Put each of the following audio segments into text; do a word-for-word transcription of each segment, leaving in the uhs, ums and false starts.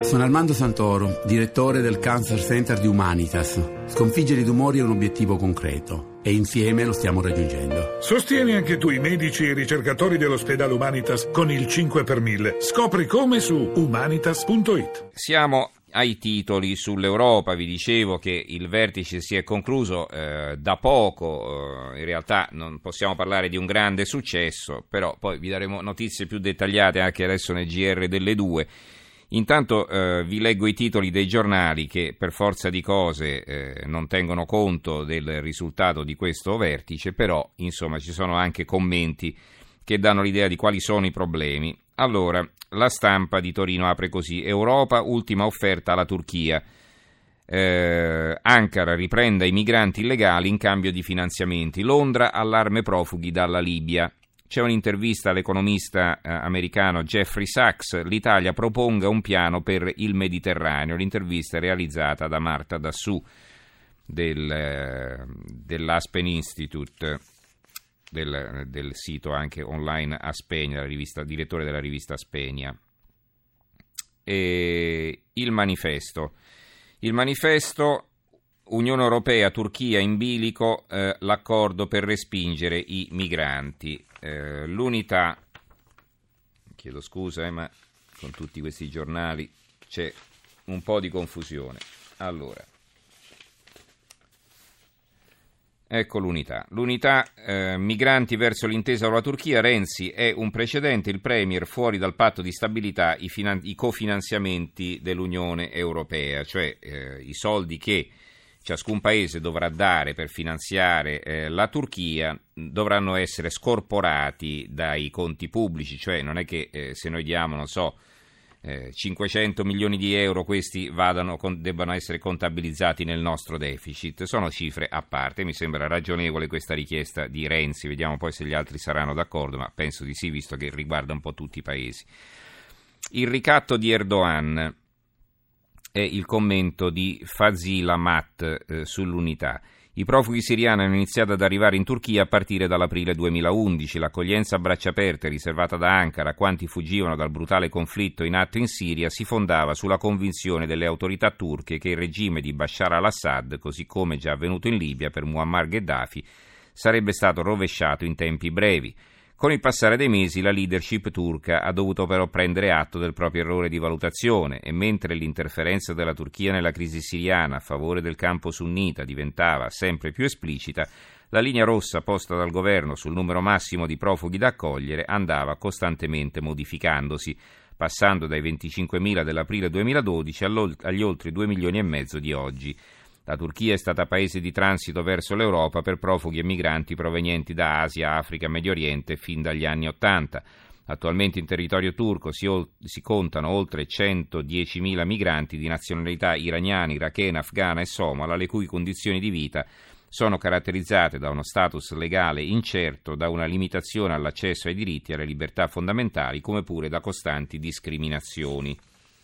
Sono Armando Santoro, direttore del Cancer Center di Humanitas. Sconfiggere i tumori è un obiettivo concreto e insieme lo stiamo raggiungendo. Sostieni anche tu i medici e i ricercatori dell'ospedale Humanitas con il cinque per mille. Scopri come su humanitas punto it. Siamo ai titoli sull'Europa. Vi dicevo che il vertice si è concluso eh, da poco, eh, in realtà non possiamo parlare di un grande successo, però poi vi daremo notizie più dettagliate anche adesso nel G R delle due. Intanto eh, vi leggo i titoli dei giornali che per forza di cose eh, non tengono conto del risultato di questo vertice, però insomma ci sono anche commenti che danno l'idea di quali sono i problemi. Allora, La Stampa di Torino apre così: Europa, ultima offerta alla Turchia. Eh, Ankara riprenda i migranti illegali in cambio di finanziamenti. Londra, allarme profughi dalla Libia. C'è un'intervista all'economista eh, americano Jeffrey Sachs. L'Italia proponga un piano per il Mediterraneo. L'intervista è realizzata da Marta Dassù del, eh, dell'Aspen Institute, del, del sito anche online Aspegna, la rivista, direttore della rivista Aspegna. E il manifesto. Il manifesto... Unione Europea, Turchia in bilico, eh, l'accordo per respingere i migranti. Eh, l'unità, chiedo scusa, eh, ma con tutti questi giornali c'è un po' di confusione. Allora, ecco l'unità. L'unità, eh, migranti verso l'intesa con la Turchia, Renzi è un precedente, il Premier fuori dal patto di stabilità, i, finan- i cofinanziamenti dell'Unione Europea, cioè eh, i soldi che ciascun paese dovrà dare per finanziare eh, la Turchia dovranno essere scorporati dai conti pubblici, cioè non è che eh, se noi diamo, non so, eh, cinquecento milioni di euro questi vadano, con, debbano essere contabilizzati nel nostro deficit, sono cifre a parte. Mi sembra ragionevole questa richiesta di Renzi, vediamo poi se gli altri saranno d'accordo, ma penso di sì, visto che riguarda un po' tutti i paesi. Il ricatto di Erdogan è il commento di Fazil Amat eh, sull'unità. I profughi siriani hanno iniziato ad arrivare in Turchia a partire dall'aprile duemilaundici. L'accoglienza a braccia aperte riservata da Ankara a quanti fuggivano dal brutale conflitto in atto in Siria si fondava sulla convinzione delle autorità turche che il regime di Bashar al-Assad, così come già avvenuto in Libia per Muammar Gheddafi, sarebbe stato rovesciato in tempi brevi. Con il passare dei mesi la leadership turca ha dovuto però prendere atto del proprio errore di valutazione e mentre l'interferenza della Turchia nella crisi siriana a favore del campo sunnita diventava sempre più esplicita, la linea rossa posta dal governo sul numero massimo di profughi da accogliere andava costantemente modificandosi, passando dai venticinquemila dell'aprile duemiladodici agli oltre due milioni e mezzo di oggi. La Turchia è stata paese di transito verso l'Europa per profughi e migranti provenienti da Asia, Africa e Medio Oriente fin dagli anni Ottanta. Attualmente in territorio turco si, ol- si contano oltre centodiecimila migranti di nazionalità iraniana, irachena, afghana e somala, le cui condizioni di vita sono caratterizzate da uno status legale incerto, da una limitazione all'accesso ai diritti e alle libertà fondamentali, come pure da costanti discriminazioni.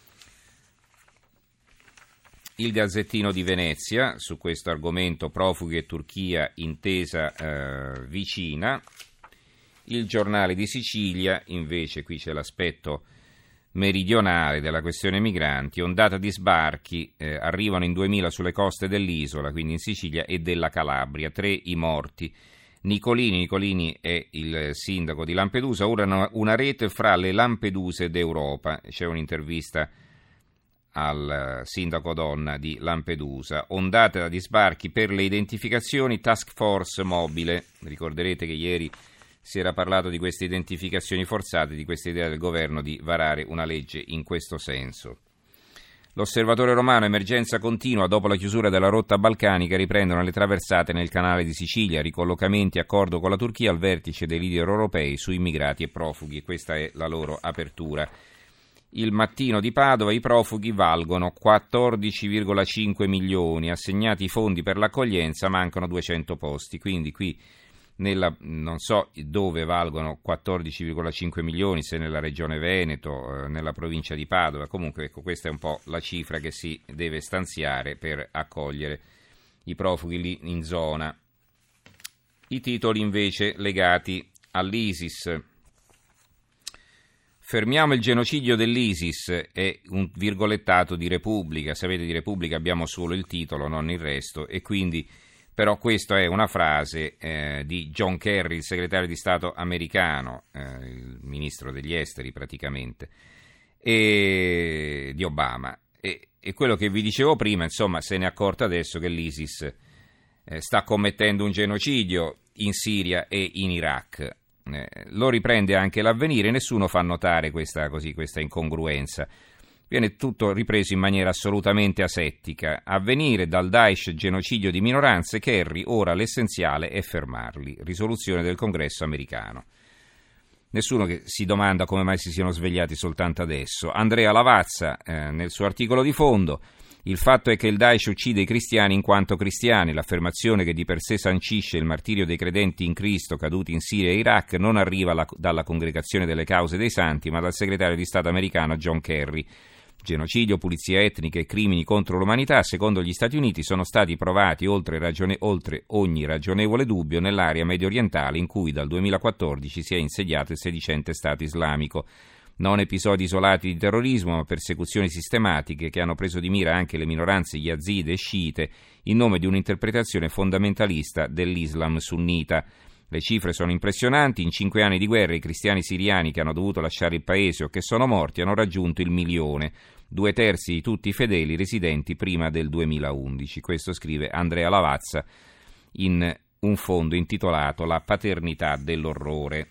Il Gazzettino di Venezia, su questo argomento profughi e Turchia intesa eh, vicina. Il Giornale di Sicilia, invece qui c'è l'aspetto meridionale della questione migranti, ondata di sbarchi, eh, arrivano in duemila sulle coste dell'isola, quindi in Sicilia e della Calabria, tre i morti. Nicolini, Nicolini è il sindaco di Lampedusa, ora una rete fra le Lampeduse d'Europa, c'è un'intervista al sindaco donna di Lampedusa. Ondata di sbarchi per le identificazioni, task force mobile. Ricorderete che ieri si era parlato di queste identificazioni forzate, di questa idea del governo di varare una legge in questo senso. L'Osservatore Romano, emergenza continua, dopo la chiusura della rotta balcanica riprendono le traversate nel canale di Sicilia, ricollocamenti, accordo con la Turchia al vertice dei leader europei su immigrati e profughi. Questa è la loro apertura. Il Mattino di Padova, i profughi valgono quattordici virgola cinque milioni, assegnati i fondi per l'accoglienza, mancano duecento posti, quindi qui nella, non so dove valgono quattordici virgola cinque milioni, se nella regione Veneto, eh, nella provincia di Padova, comunque ecco, questa è un po' la cifra che si deve stanziare per accogliere i profughi lì in zona. I titoli invece legati all'ISIS. Fermiamo il genocidio dell'ISIS è un virgolettato di Repubblica. Sapete, di Repubblica abbiamo solo il titolo, non il resto, e quindi però questa è una frase eh, di John Kerry, il segretario di Stato americano, eh, il ministro degli esteri praticamente, e di Obama. E, e quello che vi dicevo prima, insomma, se ne è accorto adesso che l'ISIS eh, sta commettendo un genocidio in Siria e in Iraq. Eh, lo riprende anche l'Avvenire, nessuno fa notare questa, così, questa incongruenza. Viene tutto ripreso in maniera assolutamente asettica. Avvenire, dal Daesh genocidio di minoranze, Kerry, ora l'essenziale è fermarli. Risoluzione del Congresso americano. Nessuno che si domanda come mai si siano svegliati soltanto adesso. Andrea Lavazza, eh, nel suo articolo di fondo, il fatto è che il Daesh uccide i cristiani in quanto cristiani. L'affermazione che di per sé sancisce il martirio dei credenti in Cristo caduti in Siria e Iraq non arriva la, dalla Congregazione delle Cause dei Santi, ma dal segretario di Stato americano John Kerry. Genocidio, pulizia etnica e crimini contro l'umanità, secondo gli Stati Uniti, sono stati provati oltre, ragione, oltre ogni ragionevole dubbio nell'area medio orientale in cui dal duemilaquattordici si è insediato il sedicente Stato islamico. Non episodi isolati di terrorismo, ma persecuzioni sistematiche che hanno preso di mira anche le minoranze yazide e sciite in nome di un'interpretazione fondamentalista dell'Islam sunnita. Le cifre sono impressionanti. In cinque anni di guerra i cristiani siriani che hanno dovuto lasciare il paese o che sono morti hanno raggiunto il milione, due terzi di tutti i fedeli residenti prima del duemilaundici. Questo scrive Andrea Lavazza in un fondo intitolato La paternità dell'orrore.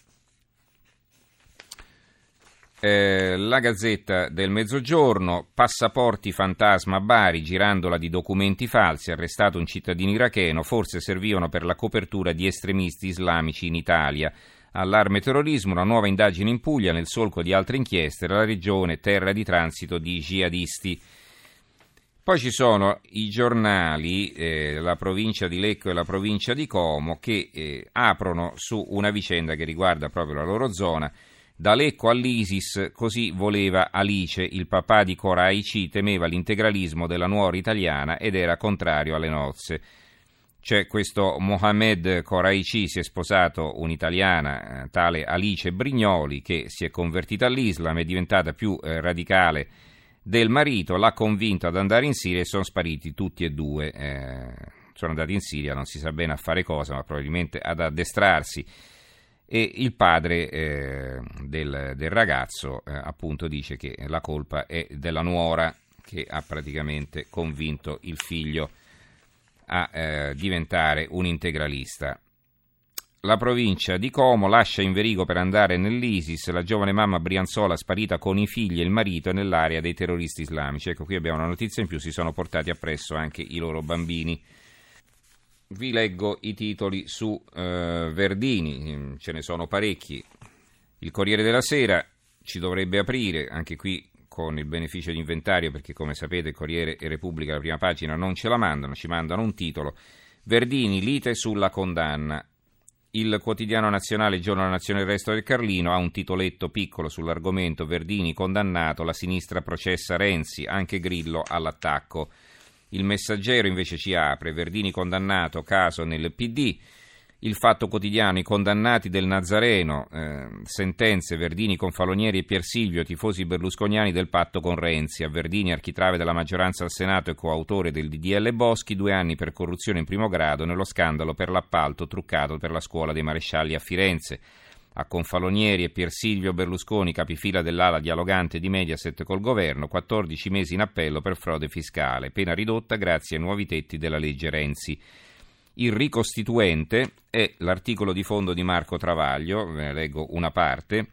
Eh, la Gazzetta del Mezzogiorno, passaporti fantasma a Bari, girandola di documenti falsi, arrestato un cittadino iracheno, forse servivano per la copertura di estremisti islamici in Italia. Allarme terrorismo, una nuova indagine in Puglia nel solco di altre inchieste, la regione terra di transito di jihadisti. Poi ci sono i giornali, eh, la provincia di Lecco e la provincia di Como, che eh, aprono su una vicenda che riguarda proprio la loro zona. Da Lecco all'ISIS, così voleva Alice, il papà di Koraichi temeva l'integralismo della nuora italiana ed era contrario alle nozze. C'è questo Mohamed Koraichi, si è sposato un'italiana, tale Alice Brignoli, che si è convertita all'Islam, è diventata più eh, radicale del marito, l'ha convinto ad andare in Siria e sono spariti tutti e due. Eh, sono andati in Siria, non si sa bene a fare cosa, ma probabilmente ad addestrarsi. E il padre eh, del, del ragazzo eh, appunto dice che la colpa è della nuora che ha praticamente convinto il figlio a eh, diventare un integralista. La provincia di Como lascia in verigo per andare nell'ISIS la giovane mamma brianzola sparita con i figli e il marito nell'area dei terroristi islamici. Ecco, qui abbiamo una notizia in più, si sono portati appresso anche i loro bambini. Vi leggo i titoli su eh, Verdini, ce ne sono parecchi. Il Corriere della Sera ci dovrebbe aprire, anche qui con il beneficio di inventario, perché come sapete Corriere e Repubblica la prima pagina non ce la mandano, ci mandano un titolo. Verdini, lite sulla condanna. Il quotidiano nazionale Giorno della Nazione e il Resto del Carlino ha un titoletto piccolo sull'argomento: Verdini condannato, la sinistra processa Renzi, anche Grillo all'attacco. Il Messaggero invece ci apre: Verdini condannato, caso nel P D. Il Fatto Quotidiano: i condannati del Nazareno, eh, sentenze, Verdini con Falonieri e Piersilvio, tifosi berlusconiani del patto con Renzi. A Verdini, architrave della maggioranza al Senato e coautore del D D L Boschi, due anni per corruzione in primo grado nello scandalo per l'appalto truccato per la scuola dei marescialli a Firenze. A Confalonieri e Piersilvio Berlusconi, capifila dell'ala dialogante di Mediaset col governo, quattordici mesi in appello per frode fiscale, pena ridotta grazie ai nuovi tetti della legge Renzi. Il Ricostituente è l'articolo di fondo di Marco Travaglio, ve ne leggo una parte.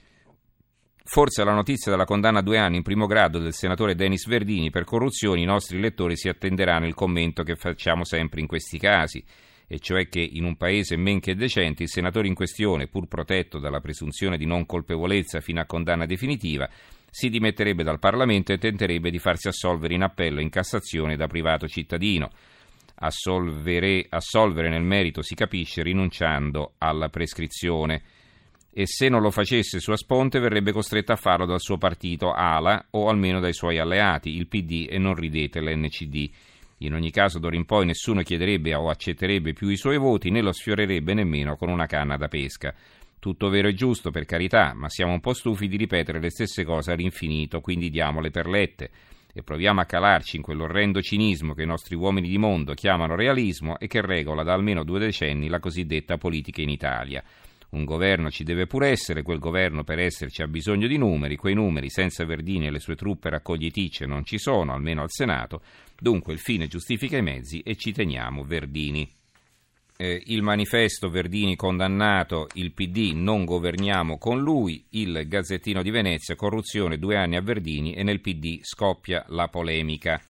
Forse alla notizia della condanna a due anni in primo grado del senatore Denis Verdini per corruzione i nostri lettori si attenderanno il commento che facciamo sempre in questi casi, e cioè che in un paese men che decente il senatore in questione, pur protetto dalla presunzione di non colpevolezza fino a condanna definitiva, si dimetterebbe dal Parlamento e tenterebbe di farsi assolvere in appello e in Cassazione da privato cittadino. Assolvere, assolvere nel merito si capisce rinunciando alla prescrizione, e se non lo facesse sua sponte verrebbe costretto a farlo dal suo partito A L A o almeno dai suoi alleati, il P D, e non ridete l'N C D. In ogni caso d'ora in poi nessuno chiederebbe o accetterebbe più i suoi voti né lo sfiorerebbe nemmeno con una canna da pesca. Tutto vero e giusto, per carità, ma siamo un po' stufi di ripetere le stesse cose all'infinito, quindi diamole per lette e proviamo a calarci in quell'orrendo cinismo che i nostri uomini di mondo chiamano realismo e che regola da almeno due decenni la cosiddetta politica in Italia. Un governo ci deve pur essere, quel governo per esserci ha bisogno di numeri, quei numeri senza Verdini e le sue truppe raccogliticce non ci sono, almeno al Senato, dunque il fine giustifica i mezzi e ci teniamo Verdini. Eh, il manifesto Verdini condannato, il P D non governiamo con lui, il Gazzettino di Venezia, corruzione due anni a Verdini e nel P D scoppia la polemica.